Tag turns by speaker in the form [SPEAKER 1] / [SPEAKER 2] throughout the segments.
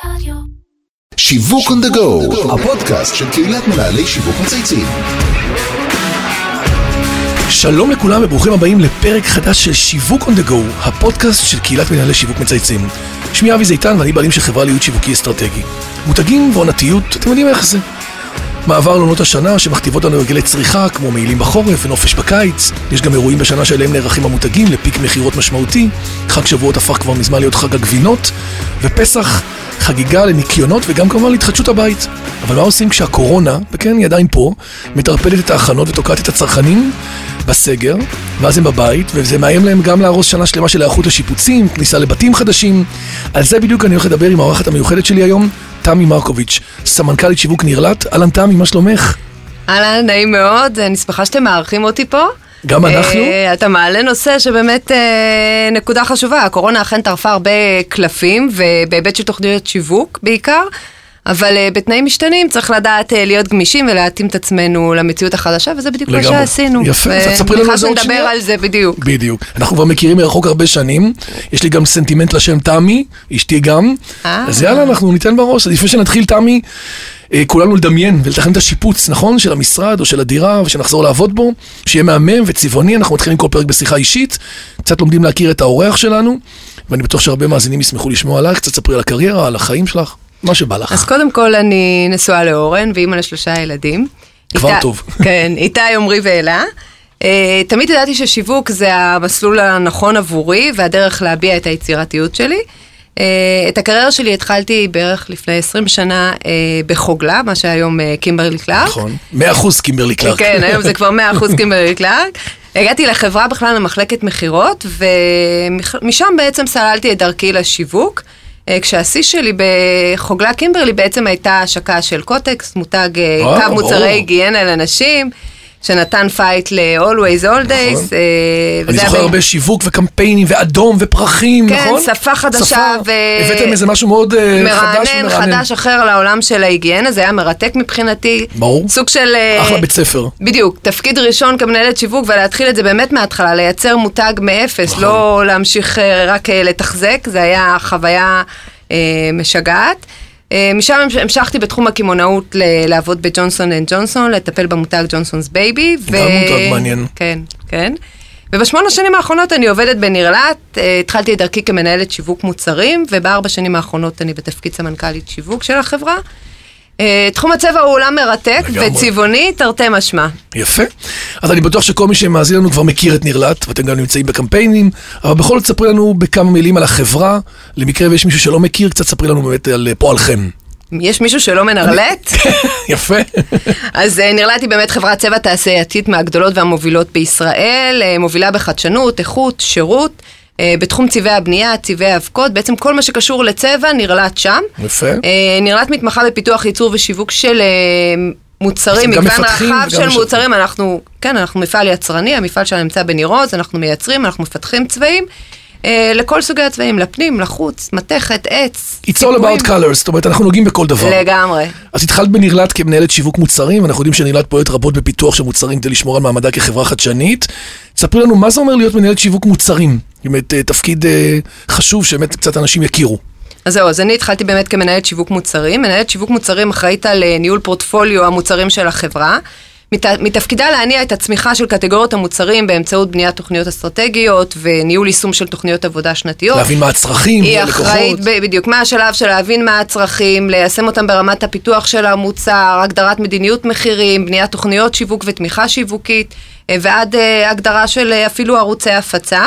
[SPEAKER 1] שיווק on the go, הפודקאסט של קהילת מנהלי שיווק מצייצים.
[SPEAKER 2] שלום לכולם וברוכים הבאים לפרק חדש של שיווק on the go, הפודקאסט של קהילת מנהלי שיווק מצייצים. שמי אבי זיתן ואני בעלים של חברה לייעוץ שיווקי אסטרטגי. מותגים ועונתיות, אתם יודעים איך זה. מעבר לעונות השנה שמכתיבות לנו הרגלי צריכה כמו מעילים בחורף ונופש בקיץ. יש גם אירועים בשנה שאליהם נערכים המותגים לפיק מחירות משמעותי. חג שבועות הפך כבר מזמן להיות חג הגבינות, ופסח חגיגה לניקיונות וגם כמובן להתחדשות הבית. אבל מה עושים כשהקורונה, וכן היא עדיין פה, מטרפדת את ההכנות ותוקעת את הצרכנים בסגר, ואז הם בבית, וזה מאיים להם גם להרוס שנה שלמה של היערכות לשיפוצים, כניסה לבתים חדשים. על זה בדיוק אני הולך לדבר עם האורחת המיוחדת שלי היום, תמי מרקוביץ', סמנכ"לית שיווק נרלט. אהלן תמי, מה שלומך?
[SPEAKER 3] אהלן, נעים מאוד, אני שמחה שאתם מארחים אותי פה.
[SPEAKER 2] גם אנחנו.
[SPEAKER 3] אתה מעלה נושא שבאמת נקודה חשובה, הקורונה אכן טרפה הרבה קלפים, ובהיבט של תוכניות שיווק בעיקר, אבל בתנאים משתנים צריך לדעת להיות גמישים ולהתאים את עצמנו למציאות החדשה, וזה בדיוק מה שעשינו.
[SPEAKER 2] יפה, אז תספרי לנו על זה עוד שנייה.
[SPEAKER 3] נדבר על זה בדיוק.
[SPEAKER 2] בדיוק. אנחנו כבר מכירים מרחוק הרבה שנים, יש לי גם סנטימנט לשם תמי, אשתי גם, אז יאללה, אנחנו ניתן בראש. לפני שנתחיל תמי, כולנו לדמיין ולתכנן את השיפוץ, נכון? של המשרד או של הדירה, ושנחזור לעבוד בו, שיהיה מהמם וצבעוני. אנחנו מתחילים כל פרק בשיחה אישית, קצת לומדים להכיר את האורח שלנו, ואני בטוח שהרבה מאזינים ישמחו לשמוע עליך, קצת ספרי על הקריירה, על החיים שלך, מה שבא לך.
[SPEAKER 3] אז קודם כל אני נשואה לאורן, ואימא ל3 ילדים.
[SPEAKER 2] כבר טוב.
[SPEAKER 3] כן, איתי, עומרי ואלה. תמיד ידעתי ששיווק זה המסלול הנכון עבורי, והדרך להביע את היצירתיות שלי. את הקריירה שלי התחלתי בערך לפני 20 שנה בחוגלה, מה שהיום קימברלי קלארק.
[SPEAKER 2] נכון, 100% קימברלי קלארק.
[SPEAKER 3] כן, היום זה כבר 100% קימברלי קלארק. הגעתי לחברה בכלל למחלקת מחירות, ומשם בעצם סללתי את דרכי לשיווק. כשהשיא שלי בחוגלה קימברלי בעצם הייתה השקה של קוטקס, מותג קו מוצרי היגיינה לנשים, שנתן פייט ל-Always All Days.
[SPEAKER 2] אני זוכר הרבה שיווק וקמפיינים ואדום ופרחים, נכון?
[SPEAKER 3] כן, שפה חדשה.
[SPEAKER 2] הבאתם איזה משהו מאוד חדש ומרענן.
[SPEAKER 3] חדש אחר לעולם של ההיגיינה, זה היה מרתק מבחינתי.
[SPEAKER 2] ברור.
[SPEAKER 3] סוג של...
[SPEAKER 2] אחלה בית ספר.
[SPEAKER 3] בדיוק, תפקיד ראשון כמנהלת שיווק, ולהתחיל את זה באמת מההתחלה, לייצר מותג מאפס, לא להמשיך רק לתחזק, זה היה חוויה משגעת. משם המשכתי בתחום הכימונאות לעבוד בג'ונסון אנד ג'ונסון, לטפל במותג ג'ונסונס בייבי.
[SPEAKER 2] גם מותג מעניין.
[SPEAKER 3] כן, כן. וב8 שנים האחרונות אני עובדת בנרלט, התחלתי את דרכי כמנהלת שיווק מוצרים, וב4 שנים האחרונות אני בתפקיד סמנכ"לית שיווק של החברה. תחום הצבע הוא עולם מרתק וצבעוני, תרתי משמע.
[SPEAKER 2] יפה. אז אני בטוח שכל מי שמאזין לנו כבר מכיר את נרלט, ואתם גם נמצאים בקמפיינים, אבל בכל זאת ספרי לנו בכמה מילים על החברה, למקרה ויש מישהו שלא מכיר, קצת ספרי לנו באמת על פועלכם.
[SPEAKER 3] יש מישהו שלא מנרלט?
[SPEAKER 2] יפה.
[SPEAKER 3] אז נרלט היא באמת חברת צבע תעשייתית מהגדולות והמובילות בישראל, מובילה בחדשנות, איכות, שירות, בתחום צבעי הבנייה, צבעי האבקות, בעצם כל מה שקשור לצבע נרלט שם.
[SPEAKER 2] יפה.
[SPEAKER 3] נרלט מתמחה בפיתוח, ייצור ושיווק של מוצרים, מגוון רחב של מוצרים. אנחנו מפעל יצרני, המפעל שלנו נמצא בנירוז, אנחנו מייצרים, אנחנו מפתחים צבעים, לכל סוגי הצבעים, לפנים, לחוץ, מתכת, עץ.
[SPEAKER 2] It's all about colors, זאת אומרת, אנחנו נוגעים בכל דבר.
[SPEAKER 3] לגמרי.
[SPEAKER 2] אז התחלת בנרלט כמנהלת שיווק מוצרים, ואנחנו יודעים שנרלט פועלת רבות בפיתוח של מוצרים כדי לשמור על מעמדה כחברה חדשנית. תספרי לנו, מה זה אומר להיות מנהלת שיווק מוצרים? באמת, תפקיד חשוב שבאמת קצת אנשים יכירו.
[SPEAKER 3] אז זהו, אז אני התחלתי באמת כמנהלת שיווק מוצרים. מנהלת שיווק מוצרים אחראית על ניהול פורטפוליו המוצרים של החברה. מתפקידה להניע את הצמיחה של קטגוריות המוצרים באמצעות בניית תוכניות אסטרטגיות וניהול יישום של תוכניות עבודה שנתיות.
[SPEAKER 2] להבין מה הצרכים,
[SPEAKER 3] היא אחראית בדיוק מה השלב של להבין מה הצרכים, ליישם אותם ברמת הפיתוח של המוצר, הגדרת מדיניות מחירים, בניית תוכניות שיווק ותמיכה שיווקית, ועד הגדרה של אפילו ערוצי הפצה.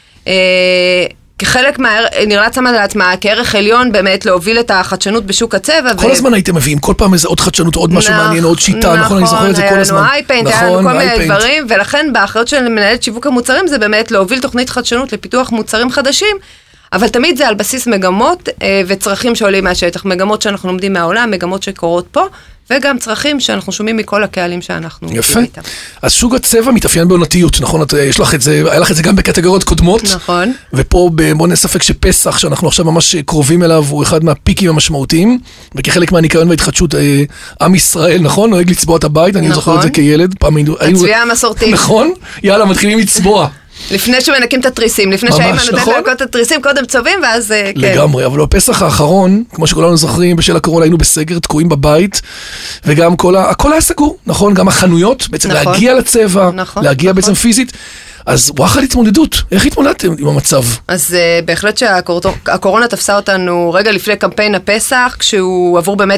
[SPEAKER 3] כחלק נרלט שמה לעצמה, כערך עליון באמת להוביל את החדשנות בשוק הצבע.
[SPEAKER 2] כל הזמן הייתם מביאים, כל פעם איזה עוד חדשנות, עוד משהו מעניין, עוד שיטה, נכון, אני זוכר את זה כל הזמן.
[SPEAKER 3] היה לנו אייפיינט, היה לנו כל מיני דברים, ולכן באחריות של מנהלת שיווק המוצרים זה באמת להוביל תוכנית חדשנות לפיתוח מוצרים חדשים, אבל תמיד זה על בסיס מגמות וצרכים שעולים מהשטח, מגמות שאנחנו לומדים מהעולם, מגמות שקורות פה, וגם צרכים שאנחנו שומעים מכל הקהלים שאנחנו
[SPEAKER 2] יפה. איתם. אז שוק הצבע מתאפיין בעונתיות, נכון? יש לך את זה, היה לך את זה גם בקטגוריות קודמות.
[SPEAKER 3] נכון.
[SPEAKER 2] ופה בוא נספק שפסח, שאנחנו עכשיו ממש קרובים אליו, הוא אחד מהפיקים המשמעותיים, וכחלק מהניקיון וההתחדשות, עם ישראל, נכון? נוהג לצבוע את הבית, אני זוכר את זה כילד.
[SPEAKER 3] הצביעה המסורתית.
[SPEAKER 2] נכון? יאללה, מתחילים לצבוע.
[SPEAKER 3] לפני שמנקים את התריסים, לפני שהאמא נותנת לנקות את התריסים, קודם צובעים ואז כן.
[SPEAKER 2] לגמרי, אבל בפסח האחרון, כמו שכולנו זוכרים, בשל הקורונה היינו בסגר, תקועים בבית, וגם הכל היה סגור, נכון? גם החנויות, בעצם להגיע לצבע, להגיע בעצם פיזית. אז וואחד התמודדות, איך התמודדתם עם המצב?
[SPEAKER 3] אז בהחלט שהקורונה תפסה אותנו רגע לפני קמפיין הפסח, כשהוא עבור באמת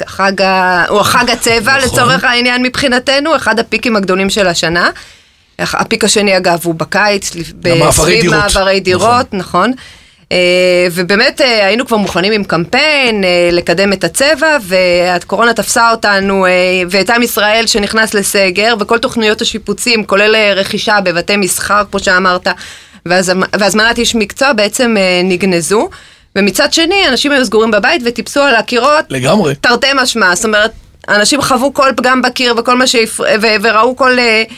[SPEAKER 3] חג הצבע לצורך העניין מבחינתנו, אחד הפיקים הגדולים של השנה. הפיק השני אגב הוא בקיץ, בסביב מעברי דירות, נכון. ובאמת היינו כבר מוכנים עם קמפיין לקדם את הצבע, והקורונה תפסה אותנו ואת עם ישראל שנכנס לסגר, וכל תוכניות השיפוצים, כולל רכישה בבתי מסחר, כמו שאמרת, והזמנת איש מקצוע בעצם נגנזו, ומצד שני אנשים היו סגורים בבית וטיפסו על הקירות,
[SPEAKER 2] לגמרי.
[SPEAKER 3] תרתי משמע, זאת אומרת, אנשים חוו כל פגם בקיר וכל מה וראו כל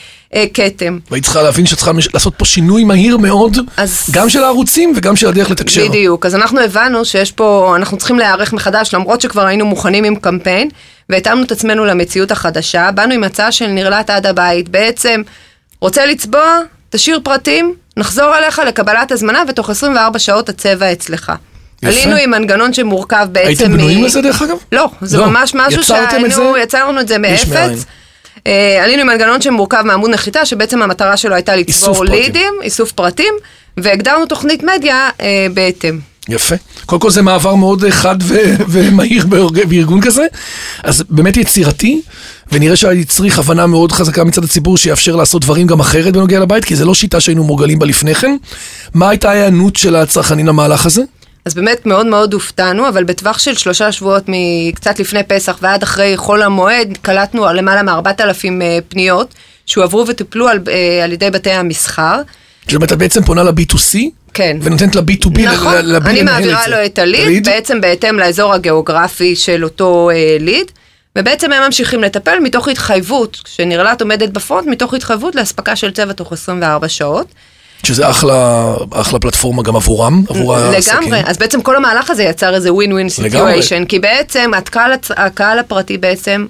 [SPEAKER 3] קטם.
[SPEAKER 2] והיא צריכה להבין שצריכה לעשות פה שינוי מהיר מאוד, גם של הערוצים וגם של הדרך לתקשר.
[SPEAKER 3] בדיוק, אז אנחנו הבנו שיש פה, אנחנו צריכים להיערך מחדש, למרות שכבר היינו מוכנים עם קמפיין, והתאמנו את עצמנו למציאות החדשה, באנו עם הצעה של נרלט עד הבית, בעצם רוצה לצבוע, תשאיר פרטים, נחזור אליך לקבלת הזמנה, ותוך 24 שעות הצבע אצלך. עלינו עם מנגנון שמורכב בעצם...
[SPEAKER 2] הייתם בנויים לזה דרך אגב?
[SPEAKER 3] לא, זה ממש משהו יצרנו את זה מאפס. עלינו עם מנגנון שמורכב מעמוד נחיתה, שבעצם המטרה שלו הייתה לצבור לידים, איסוף פרטים, והגדרנו תוכנית מדיה בהתאם.
[SPEAKER 2] יפה. קודם כל זה מעבר מאוד חד ומהיר בארגון כזה, אז באמת יצירתי, ונראה שהצריך הבנה מאוד חזקה מצד הציבור שיאפשר לעשות דברים גם אחרת בנוגע לבית, כי זה לא שיטה שהיינו מורגלים בה לפני כן. מה הייתה ההיענות של הצרכנים למהלך הזה?
[SPEAKER 3] אז באמת מאוד מאוד הופתענו, אבל בטווח של 3 שבועות מקצת לפני פסח ועד אחרי חול המועד, קלטנו למעלה מ4,000 פניות, שהועברו וטופלו על ידי בתי המסחר. זאת
[SPEAKER 2] אומרת, את בעצם פונה ל-B2C?
[SPEAKER 3] כן.
[SPEAKER 2] ונותנת ל-B2B,
[SPEAKER 3] נכון, אני מעבירה לו את הליד, בעצם בהתאם לאזור הגיאוגרפי של אותו ליד, ובעצם הם ממשיכים לטפל מתוך התחייבות, שנרלט עומדת בפרונט, מתוך התחייבות להספקה של צבע תוך 24 שעות.
[SPEAKER 2] שזה אחלה פלטפורמה גם עבורם, עבור העסקים.
[SPEAKER 3] לגמרי, אז בעצם כל המהלך הזה יצר איזה ווין-ווין סיטואשן, כי בעצם הקהל הפרטי בעצם,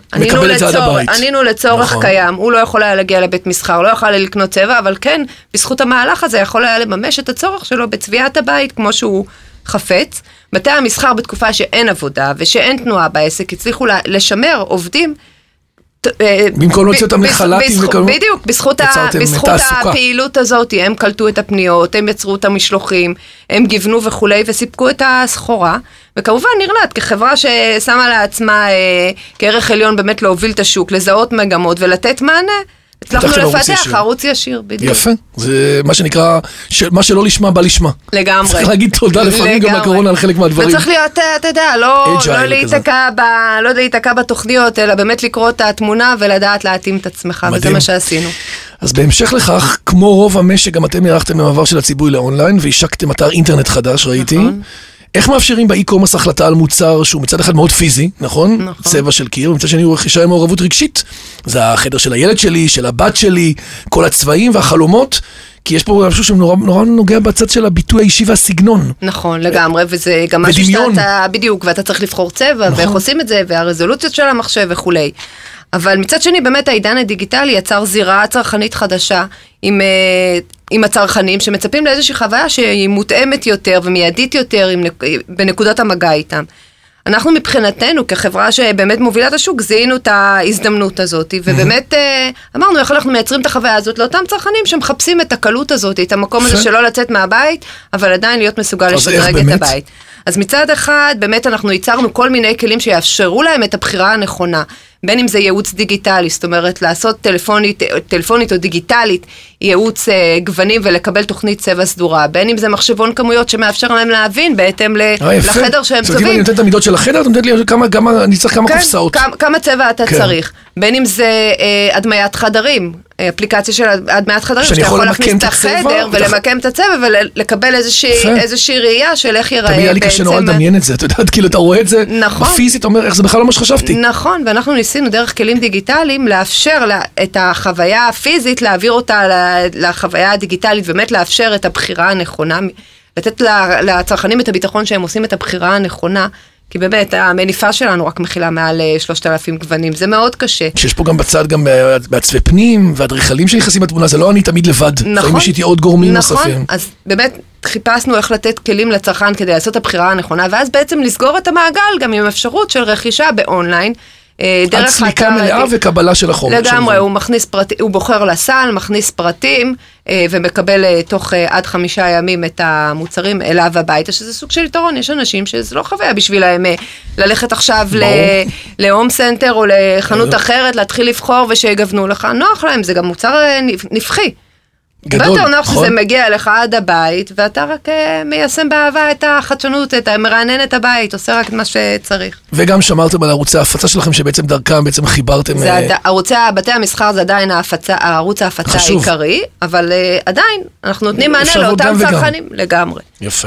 [SPEAKER 3] ענינו לצורך קיים, הוא לא יכול היה להגיע לבית מסחר, לא יכול היה לקנות צבע, אבל כן, בזכות המהלך הזה יכול היה לממש את הצורך שלו בצביעת הבית, כמו שהוא חפץ. בתי המסחר בתקופה שאין עבודה ושאין תנועה בעסק, הצליחו לשמר עובדים,
[SPEAKER 2] במקום להוציא אותם לחל"תים,
[SPEAKER 3] בדיוק, בזכות הפעילות הזאת, הם קלטו את הפניות, הם יצרו את המשלוחים, הם גיוונו וכולי, וסיפקו את הסחורה, וכמובן נרלט, כחברה ששמה לעצמה כערך עליון באמת להוביל את השוק, לזהות מגמות ולתת מענה, הצלחנו לפתח ערוץ ישיר, בדיוק.
[SPEAKER 2] יפה, זה מה שנקרא, מה שלא לשמה בא לשמה.
[SPEAKER 3] לגמרי.
[SPEAKER 2] צריך להגיד תודה לפעמים גם לקורונה על חלק מהדברים.
[SPEAKER 3] וצריך להיות, אתה יודע, לא להיתקע בתוכניות, אלא באמת לקרוא את התמונה ולדעת להתאים את עצמך, וזה מה שעשינו.
[SPEAKER 2] אז בהמשך לכך, כמו רוב המשק, גם אתם ירחתם במעבר של הציבוי לאונליין, והשקתם אתר אינטרנט חדש, ראיתי. איך מאפשרים באי-קומרס החלטה על מוצר שהוא מצד אחד מאוד פיזי, נכון? צבע של קיר, ומצד שני הוא רכישה עם מעורבות רגשית. זה החדר של הילד שלי, של הבת שלי, כל הצבעים והחלומות, כי יש פה משהו שנורא נוגע בצד של הביטוי האישי והסגנון.
[SPEAKER 3] נכון, לגמרי, וזה גם משהו שאתה, בדיוק, ואתה צריך לבחור צבע, ואיך עושים את זה, והרזולוציות של המחשב וכולי. אבל מצד שני, באמת העידן הדיגיטלי יצר זירה צרכנית חדשה עם הצרכנים שמצפים לאיזושהי חוויה שהיא מותאמת יותר ומיידית יותר בנקודת המגע איתם. אנחנו מבחינתנו כחברה שבאמת מובילה את השוק, זיהינו את ההזדמנות הזאת, ובאמת אמרנו איך אנחנו מייצרים את החוויה הזאת לאותם צרכנים שמחפשים את הקלות הזאת, את המקום הזה שלא לצאת מהבית, אבל עדיין להיות מסוגל לשדרג את הבית. אז מצד אחד, באמת אנחנו ייצרנו כל מיני כלים שיאפשרו להם את הבחירה הנכונה, בין אם זה ייעוץ דיגיטלי, זאת אומרת, לעשות טלפונית או דיגיטלית, ייעוץ גוונים ולקבל תוכנית צבע סדורה, בין אם זה מחשבון כמויות שמאפשר להם להבין, בהתאם לחדר שהם צובעים.
[SPEAKER 2] אני נותן את המידות של החדר, אתה נותן לי אני צריך כמה קופסאות.
[SPEAKER 3] כמה צבע אתה צריך. בין אם זה הדמיית חדרים, אפליקציה של הדמיית חדרים, שאתה יכול להכניס את החדר ולמקם את הצבע ולקבל איזושהי ראייה של איך ייראה.
[SPEAKER 2] תמיד היה לי קשה נורא לדמיין את זה, אתה יודעת, כאילו אתה רואה את זה בפיזית, אומר איך זה בכלל לא מה שחשבתי.
[SPEAKER 3] נכון, ואנחנו ניסינו דרך כלים דיגיטליים לאפשר את החוויה הפיזית, להעביר אותה לחוויה הדיגיטלית, באמת לאפשר את הבחירה הנכונה, לתת לצרכנים את הביטחון שהם עושים את הבחירה הנכונה, כי באמת, המניפה שלנו רק מכילה מעל 3,000 גוונים, זה מאוד קשה.
[SPEAKER 2] שיש פה גם בצד, גם בעצבי פנים, והדריכלים שנכנסים בתמונה, זה לא אני תמיד לבד.
[SPEAKER 3] נכון.
[SPEAKER 2] לפעמים יש איתי עוד גורמים נוספים.
[SPEAKER 3] נכון, אז באמת חיפשנו איך לתת כלים לצרכן כדי לעשות את הבחירה הנכונה, ואז בעצם לסגור את המעגל גם עם אפשרות של רכישה באונליין,
[SPEAKER 2] עד סליקה מלאה וקבלה של החומר.
[SPEAKER 3] לגמרי, הוא בוחר לסל, מכניס פרטים, ומקבל תוך עד 5 ימים את המוצרים אליו הביתה, שזה סוג של יתרון. יש אנשים שזה לא חוויה בשבילהם ללכת עכשיו להום סנטר או לחנות אחרת, להתחיל לבחור ושיגוונו לך, נוח להם, זה גם מוצר נפחי.
[SPEAKER 2] גדול,
[SPEAKER 3] ואתה נוח
[SPEAKER 2] נכון.
[SPEAKER 3] שזה מגיע לך עד הבית, ואתה רק מיישם באהבה את החדשנות, מרענן את הבית, עושה רק את מה שצריך.
[SPEAKER 2] וגם שמרתם על ערוצי ההפצה שלכם, שבעצם דרכם בעצם חיברתם...
[SPEAKER 3] ערוצי בתי המסחר זה עדיין ערוץ ההפצה העיקרי, אבל עדיין אנחנו נותנים מענה לאותם צרכנים לגמרי.
[SPEAKER 2] יפה.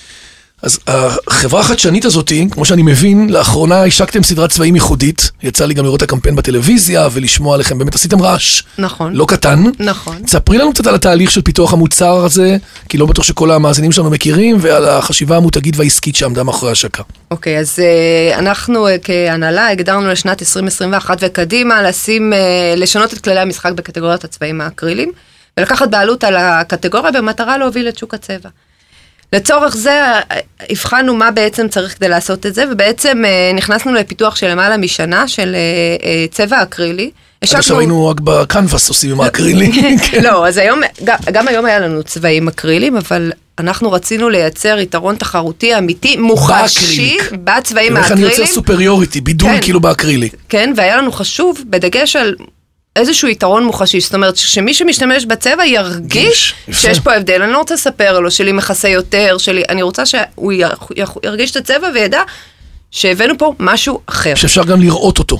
[SPEAKER 2] אז החברה החדשנית הזאת, כמו שאני מבין, לאחרונה השקתם סדרת צבעים ייחודית, יצא לי גם לראות את הקמפיין בטלוויזיה ולשמוע עליכם, באמת עשיתם רעש.
[SPEAKER 3] נכון.
[SPEAKER 2] לא קטן.
[SPEAKER 3] נכון.
[SPEAKER 2] תספרי לנו קצת על התהליך של פיתוח המוצר הזה, כי לא בטוח שכל המאזינים שלנו מכירים, ועל החשיבה המותגית והעסקית שעמדה מאחורי השקה.
[SPEAKER 3] אוקיי, אז אנחנו כהנהלה הגדרנו לשנת 2021 וקדימה לשנות את כללי המשחק בקטגוריית הצבעים האקרילים, ולקחת בעלות על הקטגוריה במטרה להוביל את שוק הצבע. לצורך זה הבחנו מה בעצם צריך כדי לעשות את זה, ובעצם נכנסנו לפיתוח של למעלה משנה של צבע אקרילי.
[SPEAKER 2] עד עכשיו היינו רק בקנבס עושים עם האקרילי.
[SPEAKER 3] לא, אז גם היום היה לנו צבעים אקרילים, אבל אנחנו רצינו לייצר יתרון תחרותי אמיתי, מוחשי, בצבעים האקרילים. איך אני יוצר סופריוריטי, בידול כאילו באקרילי. כן, והיה לנו חשוב, בדגש על... איזשהו יתרון מוחשי, זאת אומרת שמי שמשתמש בצבע ירגיש שיש פה הבדל, אני לא רוצה לספר לו שלי מכסה יותר, אני רוצה שהוא ירגיש את הצבע וידע שהבאנו פה משהו אחר. שאפשר גם לראות אותו.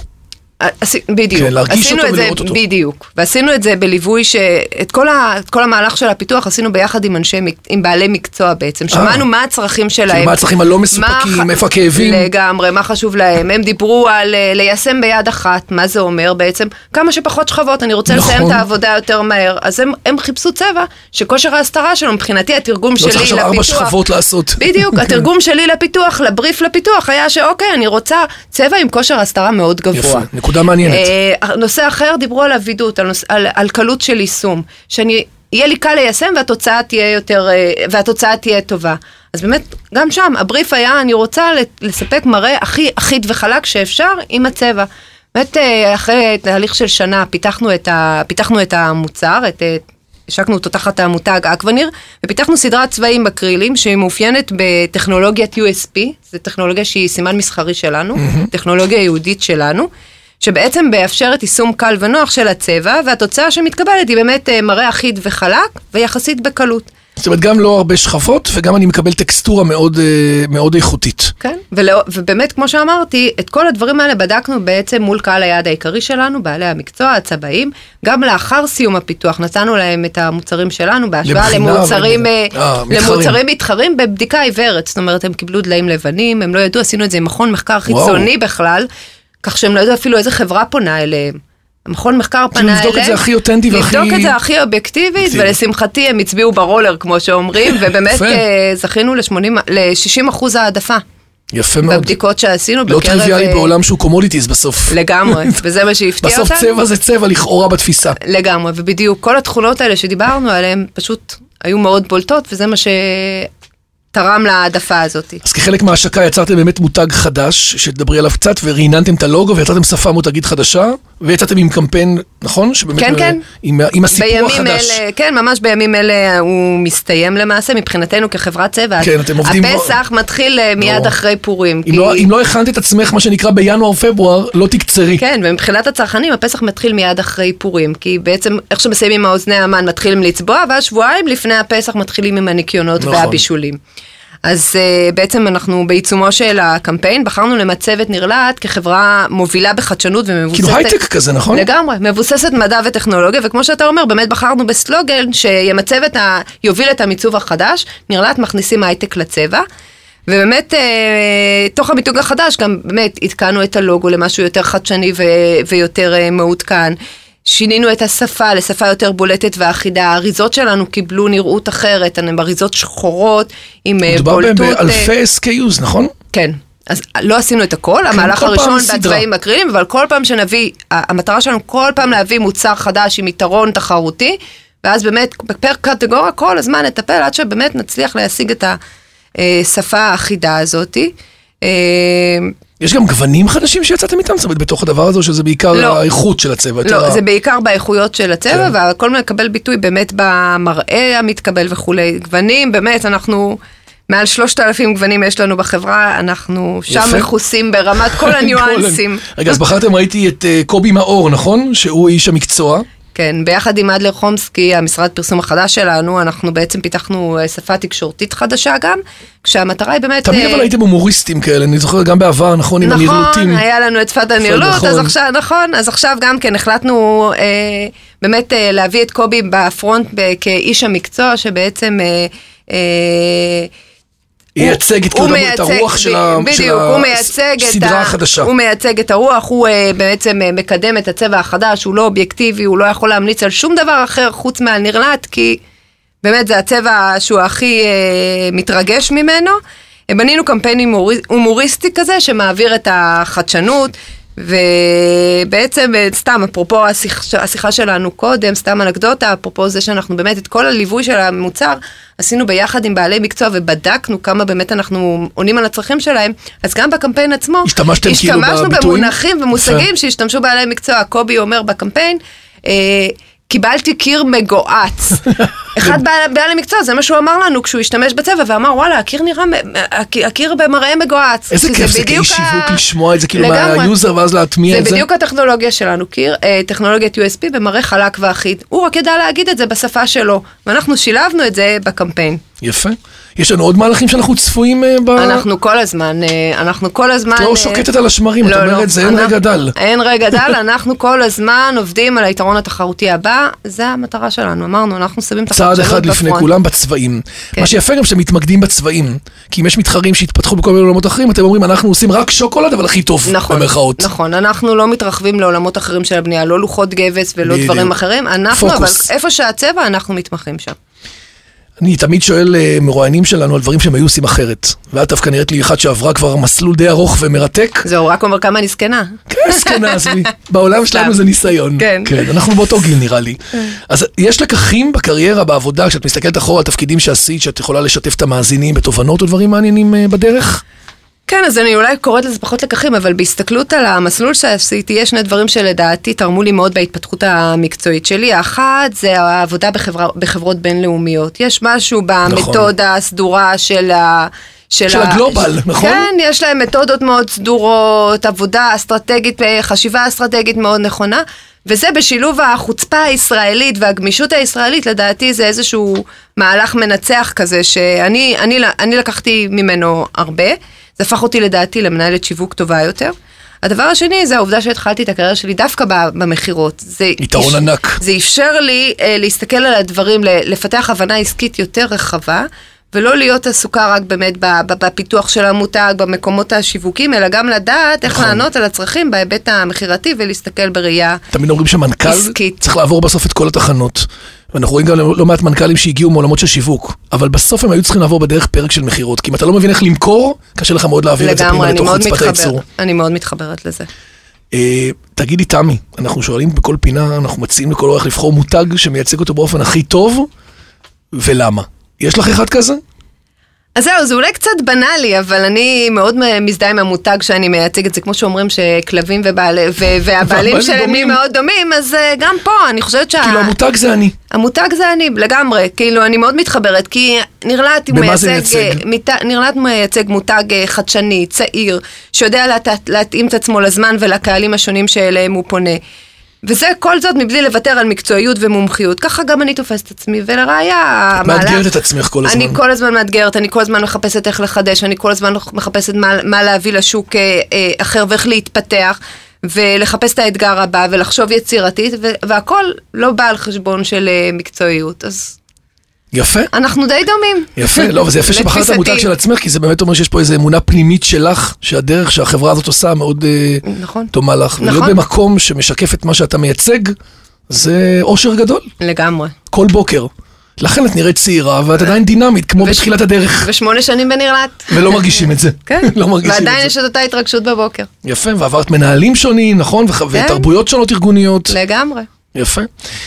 [SPEAKER 3] בדיוק, עשינו את זה בדיוק, ועשינו את זה בליווי שאת כל המהלך של הפיתוח עשינו ביחד עם בעלי מקצוע בעצם, שמענו מה הצרכים שלהם, מה הצרכים הלא מסופקים, איפה הכאבים, לגמרי, מה חשוב להם, הם דיברו על ליישם ביד אחת, מה זה אומר בעצם, כמה שפחות שכבות, אני רוצה לסיים את העבודה יותר מהר, אז הם חיפשו צבע, שכושר ההסתרה שלו, מבחינתי התרגום שלי לפיתוח, לא צריך 4 שכבות לעשות, בדיוק, התרגום שלי לפיתוח, לבריף לפיתוח, היה שאוקיי, אני רוצה צבע עם כושר ההסתרה מאוד גבוה. נקודה מעניינת. נושא אחר דיברו על עבידות, על קלות של יישום, יהיה לי קל ליישם והתוצאה תהיה טובה. אז באמת, גם שם, הבריף היה, אני רוצה לספק מראה הכי אחיד וחלק שאפשר עם הצבע. באמת, אחרי תהליך של שנה, פיתחנו את המוצר, השקנו אותו תחת המותג אקווניר, ופיתחנו סדרת צבעים אקרילים, שהיא מאופיינת בטכנולוגיית USP, זו טכנולוגיה שהיא סימן מסחרי שלנו, טכנולוגיה יהודית שלנו, שבעצם מאפשרת יישום קל ונוח של הצבע, והתוצאה שמתקבלת היא באמת מראה אחיד וחלק, ויחסית בקלות. זאת אומרת, גם לא הרבה שכבות, וגם אני מקבל טקסטורה מאוד, מאוד איכותית. כן, ובאמת, כמו שאמרתי, את כל הדברים האלה בדקנו בעצם מול קהל היעד העיקרי שלנו, בעלי המקצוע, הצבעים, גם לאחר סיום הפיתוח, נתנו להם את המוצרים שלנו, בהשוואה למוצרים מתחרים בבדיקה עיוורת, זאת אומרת, הם קיבלו דליים לבנים, הם לא ידעו, עשינו את זה עם מכון מחקר חיצוני בכלל, כך שהם לא ידעו אפילו איזה חברה פונה אליהם. המכון מחקר פנה אליהם. לבדוק את זה הכי אותנטי והכי... לבדוק את זה הכי אובייקטיבית, ולשמחתי הם הצביעו ברולר, כמו שאומרים, ובאמת זכינו ל-60% העדפה. יפה מאוד. בבדיקות שעשינו בקרב... לא טריוויאלי בעולם שהוא קומודיטיז בסוף. לגמרי, וזה מה שהפתיע אותנו. בסוף צבע זה צבע לכאורה בתפיסה. לגמרי, ובדיוק כל התכונות האלה שדיברנו עליהן, פשוט היו מאוד בולטות, וזה מה תרם להעדפה הזאת. אז כחלק מההשקה יצרתם באמת מותג חדש, שתדברי עליו קצת, ורעיננתם את הלוגו, ויצרתם שפה מותגית חדשה, ויצאתם עם קמפיין, נכון? שבאמת כן. עם הסיפור החדש. כן, ממש בימים אלה הוא מסתיים למעשה, מבחינתנו כחברת צבע. כן, אתם עובדים... הפסח מתחיל מיד אחרי פורים. אם לא הכנת את עצמך, מה שנקרא בינואר-פברואר, לא תקצרי. כן, ומבחינת הצרכנים, הפסח מתחיל מיד אחרי פורים, כי בעצם איך שמסיימים עם האוזני המן, מתחילים לצבוע, ואז שבועיים לפני הפסח מתחילים עם הניקיונות והבישולים. אז בעצם אנחנו בעיצומו של הקמפיין, בחרנו למצב את נרלט כחברה מובילה בחדשנות ומבוססת... כאילו הייטק כזה, נכון? לגמרי, מבוססת מדע וטכנולוגיה, וכמו שאתה אומר, באמת בחרנו בסלוגן שיוביל את המיצוב החדש, נרלט מכניסים הייטק לצבע, ובאמת, תוך המיתוג החדש, גם באמת התקנו את הלוגו למשהו יותר חדשני ויותר מעודכן, שינינו את השפה לשפה יותר בולטת ואחידה, האריזות שלנו קיבלו נראות אחרת, הן אריזות שחורות עם בולטות. מדובר באלפי SKUs, נכון? כן. אז לא עשינו את הכל, המהלך הראשון בצבעים מקרינים, אבל כל פעם שנביא, המטרה שלנו כל פעם להביא מוצר חדש עם יתרון תחרותי, ואז באמת בפר קטגוריה כל הזמן נטפל עד שבאמת נצליח להשיג את השפה האחידה הזאת.
[SPEAKER 2] יש גם גוונים חדשים שיצאתם איתם? זאת אומרת, בתוך הדבר הזה, שזה בעיקר האיכות של הצבע?
[SPEAKER 3] לא, זה בעיקר באיכויות של הצבע, והכל מקבל ביטוי באמת במראה המתקבל וכולי. גוונים, באמת, אנחנו, מעל 3,000 גוונים יש לנו בחברה, אנחנו שם מכוסים ברמת כל הניואנסים.
[SPEAKER 2] רגע, אז בחרתם, ראיתי את קובי מאור, נכון? שהוא איש המקצוע.
[SPEAKER 3] כן, ביחד עם אדלר חומסקי, המשרד פרסום החדש שלנו, אנחנו בעצם פיתחנו שפה תקשורתית חדשה גם, כשהמטרה היא באמת...
[SPEAKER 2] תמיד אבל הייתם הומוריסטים כאלה, אני זוכר גם בעבר, נכון, עם הנרלוטים.
[SPEAKER 3] נכון, היה לנו את שפת הנרלות, אז עכשיו גם כן החלטנו באמת להביא את קובי בפרונט כאיש המקצוע, שבעצם...
[SPEAKER 2] ייצג את הרוח של הסדרה החדשה.
[SPEAKER 3] הוא מייצג את הרוח, הוא בעצם מקדם את הצבע החדש, הוא לא אובייקטיבי, הוא לא יכול להמליץ על שום דבר אחר חוץ מהנרלט, כי באמת זה הצבע שהוא הכי מתרגש ממנו. בנינו קמפיין הומוריסטי כזה, שמעביר את החדשנות, ובעצם סתם, אפרופו השיחה שלנו קודם, סתם אנקדוטה, אפרופו זה שאנחנו באמת את כל הליווי של המוצר, עשינו ביחד עם בעלי מקצוע ובדקנו כמה באמת אנחנו עונים על הצרכים שלהם, אז גם בקמפיין עצמו, השתמשנו במונחים ומושגים שהשתמשו בעלי מקצוע. קובי אומר בקמפיין, קיבלתי קיר מגועץ. אחד בעלי מקצוע, זה מה שהוא אמר לנו כשהוא השתמש בצבע, ואמר, וואלה, הקיר במראה מגועץ.
[SPEAKER 2] איזה כיף זה כאיש שיווק לשמוע את זה, כאילו מהיוזר ואז להטמיע את זה.
[SPEAKER 3] זה בדיוק הטכנולוגיה שלנו, טכנולוגיית USB במראה חלק ואחיד. הוא רק ידע להגיד את זה בשפה שלו, ואנחנו שילבנו את זה בקמפיין.
[SPEAKER 2] יפה. יש לנו עוד מהלכים שאנחנו צפויים
[SPEAKER 3] אנחנו כל הזמן...
[SPEAKER 2] את לא שוקטת על השמרים, את אומרת, זה אין רגע דל.
[SPEAKER 3] אין רגע דל, אנחנו כל הזמן עובדים על היתרון התחרותי הבא, זה המטרה שלנו, אמרנו, אנחנו שמים את
[SPEAKER 2] צעד אחד לפני כולם בצבעים. מה שיפה גם שאתם מתמקדים בצבעים, כי אם יש מתחרים שהתפתחו בכל מיני עולמות אחרים, אתם אומרים, אנחנו עושים רק שוקולד, אבל הכי טוב, במרכאות.
[SPEAKER 3] נכון, אנחנו לא מתרחבים לעולמות אחרים של הבנייה, לא לוחות גבס ולא דברים אחרים, אנחנו, אבל איפה שהצבע, אנחנו מתמחים שם.
[SPEAKER 2] אני תמיד שואל מרואיינים שלנו על דברים שהם היו עושים אחרת. ואת דווקא נראית לי אחד שעברה כבר מסלול די ארוך ומרתק.
[SPEAKER 3] זהו, רק אומר כמה אני סקנה.
[SPEAKER 2] כן, סקנה, בעולם שלנו זה ניסיון. כן, אנחנו באותו גיל נראה לי. אז יש לקחים בקריירה, בעבודה, כשאת מסתכלת אחורה על תפקידים שעשית, שאת יכולה לשתף את המאזינים בתובנות או דברים מעניינים בדרך?
[SPEAKER 3] כן, אז אני אולי קוראת לזה פחות לקחים, אבל בהסתכלות על המסלול שעשיתי, יש שני דברים שלדעתי תרמו לי מאוד בהתפתחות המקצועית שלי. האחד זה העבודה בחברות בינלאומיות. יש משהו במתודה הסדורה של
[SPEAKER 2] הגלובל, נכון?
[SPEAKER 3] כן, יש להם מתודות מאוד סדורות, עבודה אסטרטגית, חשיבה אסטרטגית מאוד נכונה, וזה בשילוב החוצפה הישראלית והגמישות הישראלית, לדעתי זה איזשהו מהלך מנצח כזה, שאני לקחתי ממנו הרבה. זה הפך אותי לדעתי למנהלת שיווק טובה יותר. הדבר השני זה העובדה שהתחלתי את הקריירה שלי דווקא במחירות.
[SPEAKER 2] יתרון ענק.
[SPEAKER 3] זה אפשר לי להסתכל על הדברים, לפתח הבנה עסקית יותר רחבה, ולא להיות עסוקה רק באמת בפיתוח של המותג, במקומות השיווקים, אלא גם לדעת איך לענות על הצרכים בהיבט המחירתי ולהסתכל בראייה עסקית.
[SPEAKER 2] תמיד אומרים שהמנכ"ל צריך לעבור בסוף את כל התחנות. ואנחנו רואים גם לא מעט מנכ"לים שהגיעו מעולמות של שיווק, אבל בסוף הם היו צריכים לעבור בדרך פרק של מחירות, כי אם אתה לא מבין איך למכור, קשה לך מאוד להעביר את זה פנימה לתוך חוצפת הייצור.
[SPEAKER 3] אני מאוד מתחברת לזה.
[SPEAKER 2] תגידי תמי, אנחנו שואלים בכל פינה, אנחנו מציעים לכל אורך לבחור מותג שמייצג אותו באופן הכי טוב, ולמה? יש לך אחד כזה?
[SPEAKER 3] אז זהו, זה אולי קצת בנאלי, אבל אני מאוד מזדהה עם המותג שאני מייצג את זה, כמו שאומרים שכלבים והבעלים שלהם לי מאוד דומים, אז גם פה אני חושבת
[SPEAKER 2] כאילו המותג זה אני.
[SPEAKER 3] המותג זה אני, לגמרי, כאילו אני מאוד מתחברת, כי נרלט מייצג מותג חדשני, צעיר, שיודע להתאים את עצמו לזמן ולקהלים השונים שאליהם הוא פונה. וזה כל זאת מבלי לוותר על מקצועיות ומומחיות. ככה גם אני תופסת את עצמי, ולראיה...
[SPEAKER 2] את מאתגרת את עצמך כל הזמן.
[SPEAKER 3] אני כל הזמן מאתגרת, אני כל הזמן מחפשת איך לחדש, אני כל הזמן מחפשת מה להביא לשוק אחר ואיך להתפתח, ולחפש את האתגר הבא, ולחשוב יצירתית, והכל לא בא על חשבון של מקצועיות. אז...
[SPEAKER 2] יפה.
[SPEAKER 3] אנחנו די דומים.
[SPEAKER 2] יפה, לא, אבל זה יפה שבחרת המותג של עצמך, כי זה באמת אומר שיש פה איזו אמונה פנימית שלך, שהדרך שהחברה הזאת עושה מאוד דומה לך. ולהיות במקום שמשקף את מה שאתה מייצג, זה אושר גדול.
[SPEAKER 3] לגמרי.
[SPEAKER 2] כל בוקר. לכן את נראית צעירה, ואת עדיין דינמית, כמו בתחילת הדרך.
[SPEAKER 3] ו8 שנים בנרלט.
[SPEAKER 2] ולא מרגישים את זה.
[SPEAKER 3] כן.
[SPEAKER 2] לא מרגישים את זה.
[SPEAKER 3] ועדיין יש את אותה התרגשות בבוקר.
[SPEAKER 2] יפה, ועברת מנהלים שונים, נכון? ותרבויות שונות ארגוניות.
[SPEAKER 3] לגמרי.
[SPEAKER 2] יפה.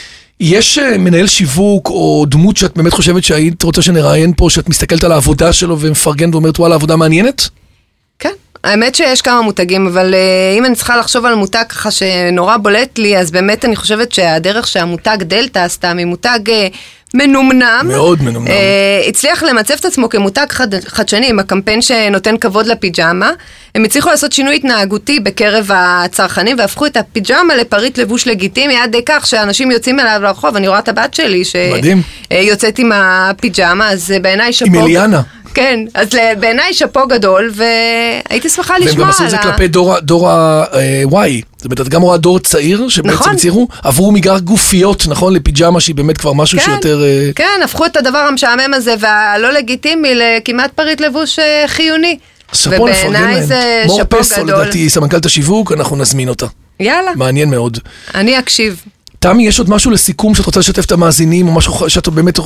[SPEAKER 2] יש מנהל שיווק או דמות שאת באמת חושבת שהיית רוצה שנראיין פה, שאת מסתכלת על העבודה שלו ומפרגן ואומרת, וואלה, עבודה מעניינת?
[SPEAKER 3] כן. האמת שיש כמה מותגים, אבל אם אני צריכה לחשוב על מותג ככה שנורא בולט לי, אז באמת אני חושבת שהדרך שהמותג דלטה עשתה ממותג מנומנם.
[SPEAKER 2] מאוד מנומנם.
[SPEAKER 3] הצליח למצב את עצמו כמותג חדשני, עם הקמפיין שנותן כבוד לפיג'מה. הם הצליחו לעשות שינוי התנהגותי בקרב הצרכנים, והפכו את הפיג'מה לפריט לבוש לגיטימי, עד כך שאנשים יוצאים אליו לרחוב. אני רואה את הבת שלי שיוצאת עם הפיג'מה, אז בעיניי שפו.
[SPEAKER 2] עם אליאנה.
[SPEAKER 3] כן, אז בעיניי שפו גדול, והייתי שמחה לשמוע.
[SPEAKER 2] והם גם עשו את זה כלפי דור ה-Y. זאת אומרת, גם רואה דור צעיר, שבעצם ציירו, עברו מגר גופיות, נכון? לפיג'מה שהיא באמת כבר משהו שיותר...
[SPEAKER 3] כן, הפכו את הדבר המשעמם הזה, והלא לגיטימי, לכמעט פריט לבוש חיוני.
[SPEAKER 2] שפו נפרגן להם. מור פסו, לדעתי, סמנכ"לת השיווק, אנחנו נזמין אותה.
[SPEAKER 3] יאללה.
[SPEAKER 2] מעניין מאוד.
[SPEAKER 3] אני אקשיב.
[SPEAKER 2] תמי, יש עוד משהו לסיכום שאת רוצה לשתף את המאזינים, או משהו שאת באמת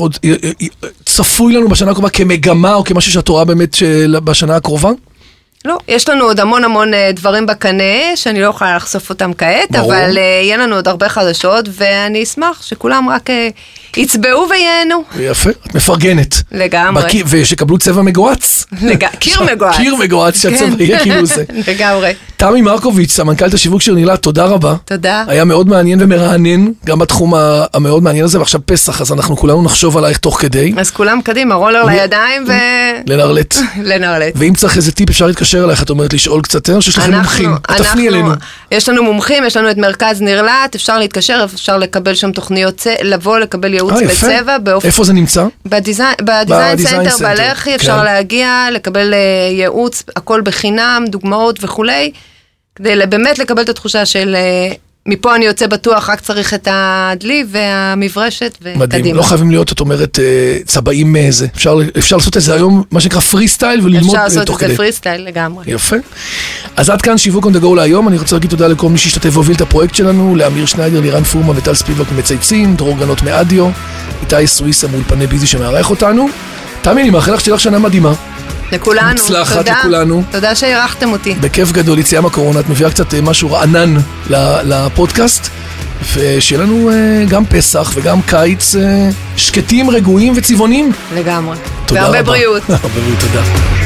[SPEAKER 2] צפוי לנו בשנה הקרובה כמגמה, או כמשהו שאת רואה באמת בשנה הקרובה?
[SPEAKER 3] לא, יש לנו עוד המון דברים בקנה, שאני לא יכולה לחשוף אותם כעת, ברור. אבל יהיה לנו עוד הרבה חדשות, ואני אשמח שכולם רק יצבעו וייהנו.
[SPEAKER 2] יפה, את מפרגנת.
[SPEAKER 3] לגמרי.
[SPEAKER 2] ושקבלו צבע מגועץ.
[SPEAKER 3] קיר מגועץ.
[SPEAKER 2] קיר מגועץ, שהצבע יהיה כאילו זה.
[SPEAKER 3] לגמרי.
[SPEAKER 2] תמי מרקוביץ', סמנכ"לת השיווק של נרלט, תודה רבה.
[SPEAKER 3] תודה.
[SPEAKER 2] היה מאוד מעניין ומרענן, גם בתחום המאוד מעניין הזה, ועכשיו פסח, אז אנחנו כולנו נחשוב עלייך תוך כדי.
[SPEAKER 3] אז כולם קדימה, רולר לידיים
[SPEAKER 2] לנרלט.
[SPEAKER 3] לנרלט.
[SPEAKER 2] ואם צריך איזה טיפ, אפשר להתקשר אלייך, את אומרת לשאול קצת יותר, שיש לכם מומחים. תפני אלינו.
[SPEAKER 3] יש לנו מומחים, יש לנו את מרכז נרלט, אפשר להתקשר, אפשר לקבל שם תוכניות, לבוא, לקבל ייעוץ בצבע.
[SPEAKER 2] איפה זה נמצא?
[SPEAKER 3] בדיזיין סנטר בלחי, אפשר להגיע, לקבל ייעוץ, הכל בחינם, דוגמאות וכולי. כדי באמת לקבל את התחושה של מפה אני יוצא בטוח, רק צריך את הדלי והמברשת וקדימה.
[SPEAKER 2] מדהים, לא חייבים להיות, את אומרת, צבעים מאיזה. אפשר לעשות את זה היום, מה שנקרא פרי סטייל, וללמוד תוך כדי.
[SPEAKER 3] אפשר לעשות את זה פרי סטייל לגמרי.
[SPEAKER 2] יפה. אז עד כאן שיווק on the go להיום. אני רוצה להגיד תודה לכל מי שהשתתף והוביל את הפרויקט שלנו, לאמיר שניידר, לירן פורמה וטל ספיבק מצייצים, דרור גנות מאדיו, איתי סוויסה מול פני ביזי שמערך אותנו. תמי, אני מאחל לך שתהיה לך שנה מדהימה.
[SPEAKER 3] לכולנו,
[SPEAKER 2] מצלחת לכולנו.
[SPEAKER 3] תודה שהערכתם אותי.
[SPEAKER 2] בכיף גדול, יציאה מהקורונה, את מביאה קצת משהו רענן לפודקאסט, ושיהיה לנו גם פסח וגם קיץ שקטים, רגועים וצבעונים.
[SPEAKER 3] לגמרי.
[SPEAKER 2] תודה
[SPEAKER 3] והרבה
[SPEAKER 2] רבה.
[SPEAKER 3] בריאות.
[SPEAKER 2] הרבה בריאות, תודה.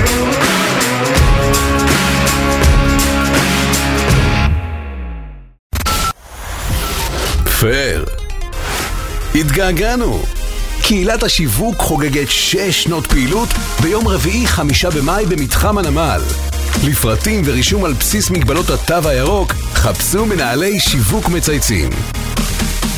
[SPEAKER 1] פייר. התגעגענו. קהילת השיווק חוגגת 6 שנות פעילות ביום רביעי 5 במאי במתחם הנמל. לפרטים ורישום על בסיס מגבלות התו הירוק, חפשו מנהלי שיווק מצייצים.